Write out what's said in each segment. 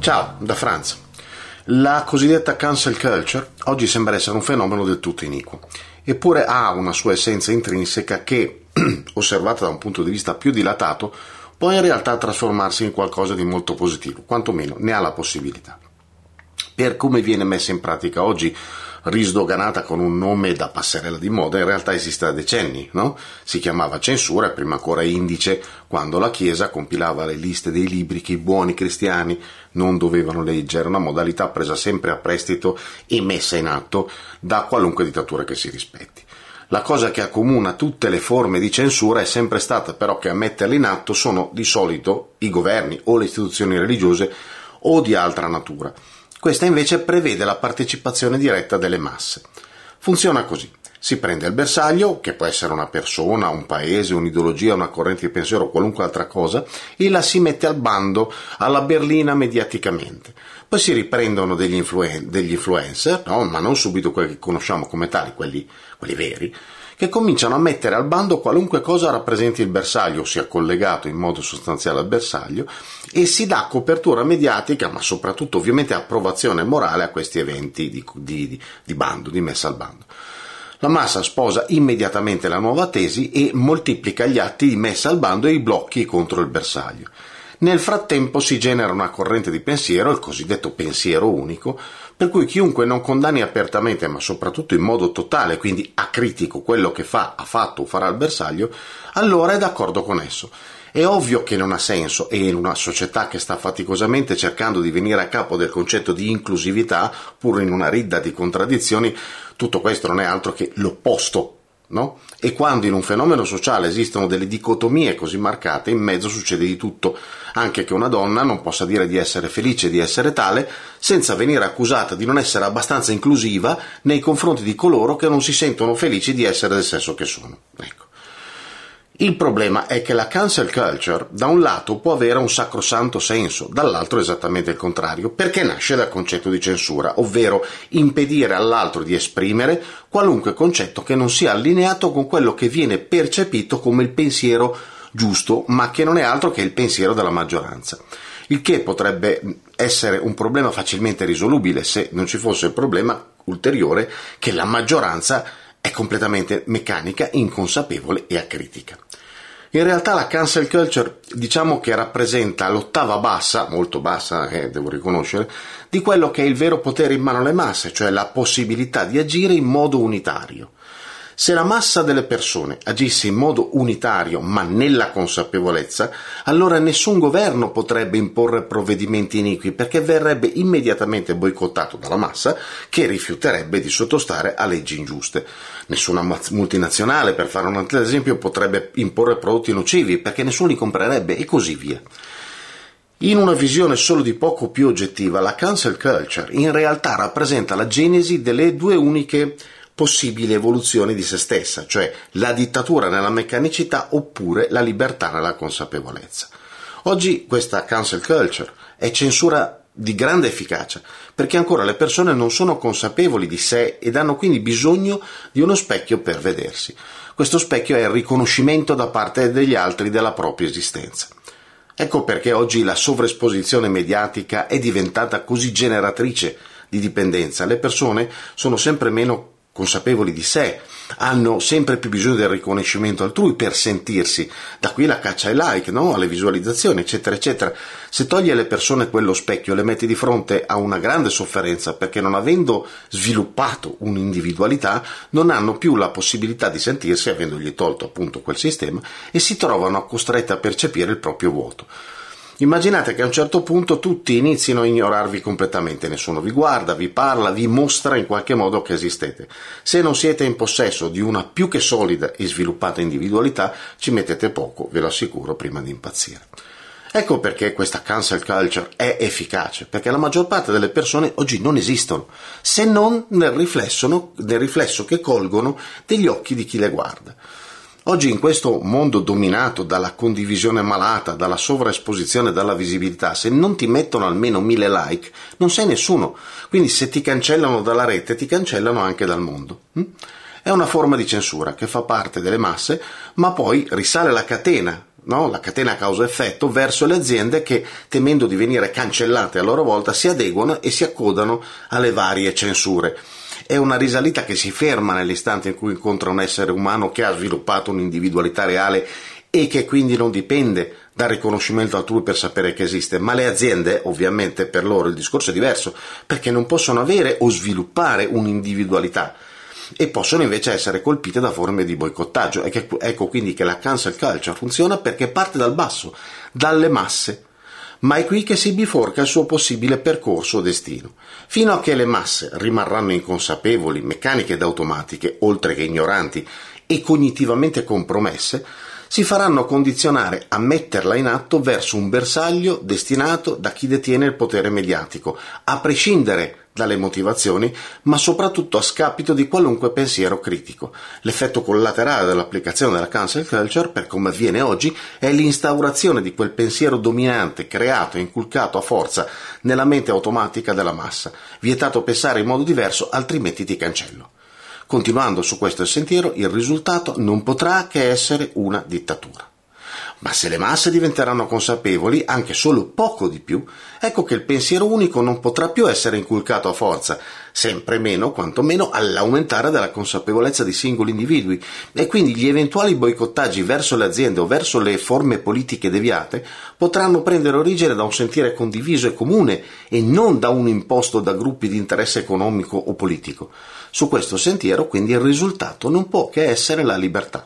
Ciao, da Franz. La cosiddetta cancel culture oggi sembra essere un fenomeno del tutto iniquo, eppure ha una sua essenza intrinseca che, osservata da un punto di vista più dilatato, può in realtà trasformarsi in qualcosa di molto positivo, quantomeno ne ha la possibilità. Per come viene messa in pratica oggi, risdoganata con un nome da passerella di moda, in realtà esiste da decenni, no? Si chiamava censura e prima ancora indice, quando la Chiesa compilava le liste dei libri che i buoni cristiani non dovevano leggere, una modalità presa sempre a prestito e messa in atto da qualunque dittatura che si rispetti. La cosa che accomuna tutte le forme di censura è sempre stata però che a metterle in atto sono di solito i governi o le istituzioni religiose o di altra natura. Questa invece prevede la partecipazione diretta delle masse. Funziona così. Si prende il bersaglio, che può essere una persona, un paese, un'ideologia, una corrente di pensiero o qualunque altra cosa, e la si mette al bando, alla berlina mediaticamente. Poi si riprendono degli influencer, no? Ma non subito quelli che conosciamo come tali, quelli veri, che cominciano a mettere al bando qualunque cosa rappresenti il bersaglio, sia collegato in modo sostanziale al bersaglio, e si dà copertura mediatica, ma soprattutto ovviamente approvazione morale a questi eventi di bando, di messa al bando. La massa sposa immediatamente la nuova tesi e moltiplica gli atti di messa al bando e i blocchi contro il bersaglio. Nel frattempo si genera una corrente di pensiero, il cosiddetto pensiero unico, per cui chiunque non condanni apertamente, ma soprattutto in modo totale, quindi acritico, quello che ha fatto o farà il bersaglio, allora è d'accordo con esso. È ovvio che non ha senso, e in una società che sta faticosamente cercando di venire a capo del concetto di inclusività, pur in una ridda di contraddizioni, tutto questo non è altro che l'opposto, no? E quando in un fenomeno sociale esistono delle dicotomie così marcate, in mezzo succede di tutto, anche che una donna non possa dire di essere felice di essere tale, senza venire accusata di non essere abbastanza inclusiva nei confronti di coloro che non si sentono felici di essere del sesso che sono. Ecco. Il problema è che la cancel culture da un lato può avere un sacrosanto senso, dall'altro esattamente il contrario, perché nasce dal concetto di censura, ovvero impedire all'altro di esprimere qualunque concetto che non sia allineato con quello che viene percepito come il pensiero giusto, ma che non è altro che il pensiero della maggioranza. Il che potrebbe essere un problema facilmente risolubile se non ci fosse il problema ulteriore che la maggioranza è completamente meccanica, inconsapevole e acritica. In realtà la cancel culture diciamo che rappresenta l'ottava bassa, molto bassa devo riconoscere, di quello che è il vero potere in mano alle masse, cioè la possibilità di agire in modo unitario. Se la massa delle persone agisse in modo unitario ma nella consapevolezza, allora nessun governo potrebbe imporre provvedimenti iniqui perché verrebbe immediatamente boicottato dalla massa che rifiuterebbe di sottostare a leggi ingiuste. Nessuna multinazionale, per fare un altro esempio, potrebbe imporre prodotti nocivi perché nessuno li comprerebbe e così via. In una visione solo di poco più oggettiva, la cancel culture in realtà rappresenta la genesi delle due uniche possibili evoluzioni di se stessa, cioè la dittatura nella meccanicità oppure la libertà nella consapevolezza. Oggi questa cancel culture è censura di grande efficacia, perché ancora le persone non sono consapevoli di sé ed hanno quindi bisogno di uno specchio per vedersi. Questo specchio è il riconoscimento da parte degli altri della propria esistenza. Ecco perché oggi la sovraesposizione mediatica è diventata così generatrice di dipendenza. Le persone sono sempre meno consapevoli di sé, hanno sempre più bisogno del riconoscimento altrui per sentirsi, da qui la caccia ai like, no? Alle visualizzazioni, eccetera, eccetera. Se togli alle persone quello specchio, le metti di fronte a una grande sofferenza perché non avendo sviluppato un'individualità, non hanno più la possibilità di sentirsi, avendogli tolto appunto quel sistema, e si trovano costrette a percepire il proprio vuoto. Immaginate che a un certo punto tutti inizino a ignorarvi completamente, nessuno vi guarda, vi parla, vi mostra in qualche modo che esistete. Se non siete in possesso di una più che solida e sviluppata individualità, ci mettete poco, ve lo assicuro, prima di impazzire. Ecco perché questa cancel culture è efficace, perché la maggior parte delle persone oggi non esistono, se non nel riflesso che colgono degli occhi di chi le guarda. Oggi in questo mondo dominato dalla condivisione malata, dalla sovraesposizione, dalla visibilità, se non ti mettono almeno 1000 like, non sei nessuno. Quindi se ti cancellano dalla rete, ti cancellano anche dal mondo. È una forma di censura che fa parte delle masse, ma poi risale la catena no? La catena causa-effetto verso le aziende che, temendo di venire cancellate a loro volta, si adeguano e si accodano alle varie censure. È una risalita che si ferma nell'istante in cui incontra un essere umano che ha sviluppato un'individualità reale e che quindi non dipende dal riconoscimento altrui per sapere che esiste, ma le aziende, ovviamente per loro il discorso è diverso, perché non possono avere o sviluppare un'individualità e possono invece essere colpite da forme di boicottaggio. Ecco quindi che la cancel culture funziona perché parte dal basso, dalle masse, ma è qui che si biforca il suo possibile percorso o destino. Fino a che le masse rimarranno inconsapevoli, meccaniche ed automatiche, oltre che ignoranti e cognitivamente compromesse, si faranno condizionare a metterla in atto verso un bersaglio destinato da chi detiene il potere mediatico, a prescindere dalle motivazioni, ma soprattutto a scapito di qualunque pensiero critico. L'effetto collaterale dell'applicazione della cancel culture, per come avviene oggi, è l'instaurazione di quel pensiero dominante, creato e inculcato a forza nella mente automatica della massa, vietato pensare in modo diverso, altrimenti ti cancello. Continuando su questo sentiero, il risultato non potrà che essere una dittatura. Ma se le masse diventeranno consapevoli, anche solo poco di più, ecco che il pensiero unico non potrà più essere inculcato a forza, sempre meno, quantomeno all'aumentare della consapevolezza di singoli individui, e quindi gli eventuali boicottaggi verso le aziende o verso le forme politiche deviate potranno prendere origine da un sentire condiviso e comune e non da un imposto da gruppi di interesse economico o politico. Su questo sentiero, quindi, il risultato non può che essere la libertà.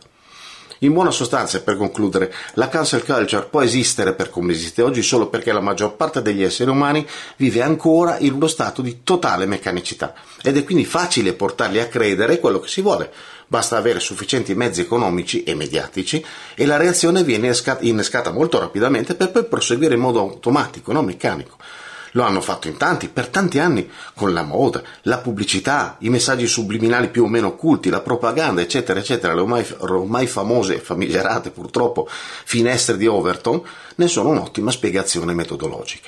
In buona sostanza, e per concludere, la cancel culture può esistere per come esiste oggi solo perché la maggior parte degli esseri umani vive ancora in uno stato di totale meccanicità ed è quindi facile portarli a credere quello che si vuole. Basta avere sufficienti mezzi economici e mediatici e la reazione viene innescata molto rapidamente per poi proseguire in modo automatico, non meccanico. Lo hanno fatto in tanti, per tanti anni, con la moda, la pubblicità, i messaggi subliminali più o meno occulti, la propaganda, eccetera, eccetera. Le ormai famose e famigerate, purtroppo, finestre di Overton ne sono un'ottima spiegazione metodologica.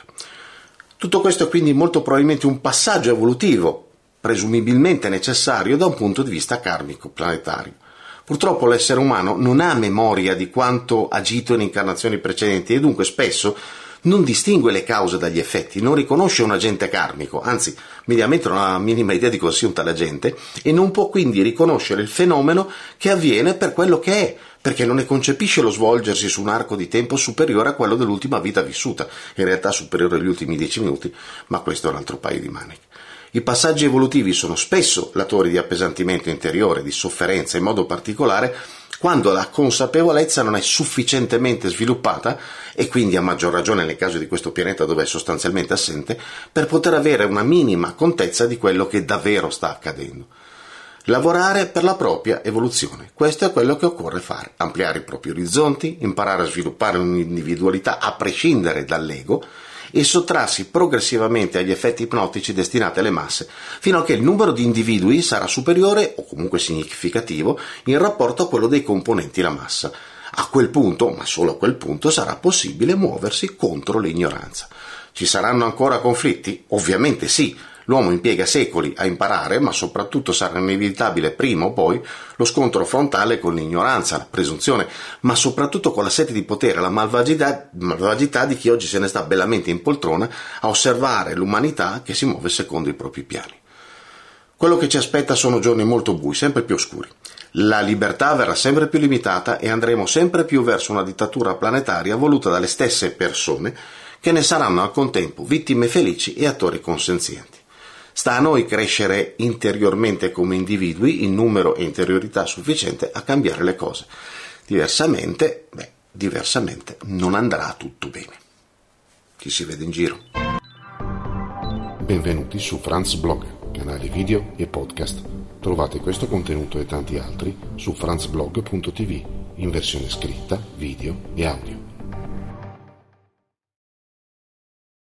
Tutto questo è quindi molto probabilmente un passaggio evolutivo, presumibilmente necessario da un punto di vista karmico planetario. Purtroppo l'essere umano non ha memoria di quanto agito in incarnazioni precedenti e dunque spesso non distingue le cause dagli effetti, non riconosce un agente karmico, anzi mediamente non ha la minima idea di cosa sia un tale agente e non può quindi riconoscere il fenomeno che avviene per quello che è, perché non ne concepisce lo svolgersi su un arco di tempo superiore a quello dell'ultima vita vissuta, in realtà superiore agli ultimi 10 minuti, ma questo è un altro paio di maniche. I passaggi evolutivi sono spesso latori di appesantimento interiore, di sofferenza, in modo particolare quando la consapevolezza non è sufficientemente sviluppata, e quindi a maggior ragione nel caso di questo pianeta dove è sostanzialmente assente, per poter avere una minima contezza di quello che davvero sta accadendo. Lavorare per la propria evoluzione, questo è quello che occorre fare, ampliare i propri orizzonti, imparare a sviluppare un'individualità a prescindere dall'ego, e sottrarsi progressivamente agli effetti ipnotici destinati alle masse, fino a che il numero di individui sarà superiore, o comunque significativo, in rapporto a quello dei componenti la massa. A quel punto, ma solo a quel punto, sarà possibile muoversi contro l'ignoranza. Ci saranno ancora conflitti? Ovviamente sì. L'uomo impiega secoli a imparare, ma soprattutto sarà inevitabile prima o poi lo scontro frontale con l'ignoranza, la presunzione, ma soprattutto con la sete di potere, la malvagità di chi oggi se ne sta bellamente in poltrona a osservare l'umanità che si muove secondo i propri piani. Quello che ci aspetta sono giorni molto bui, sempre più oscuri. La libertà verrà sempre più limitata e andremo sempre più verso una dittatura planetaria voluta dalle stesse persone che ne saranno al contempo vittime felici e attori consenzienti. Sta a noi crescere interiormente come individui in numero e interiorità sufficiente a cambiare le cose. Diversamente non andrà tutto bene. Ci si vede in giro. Benvenuti su Franz Blog, canale video e podcast. Trovate questo contenuto e tanti altri su franzblog.tv in versione scritta, video e audio.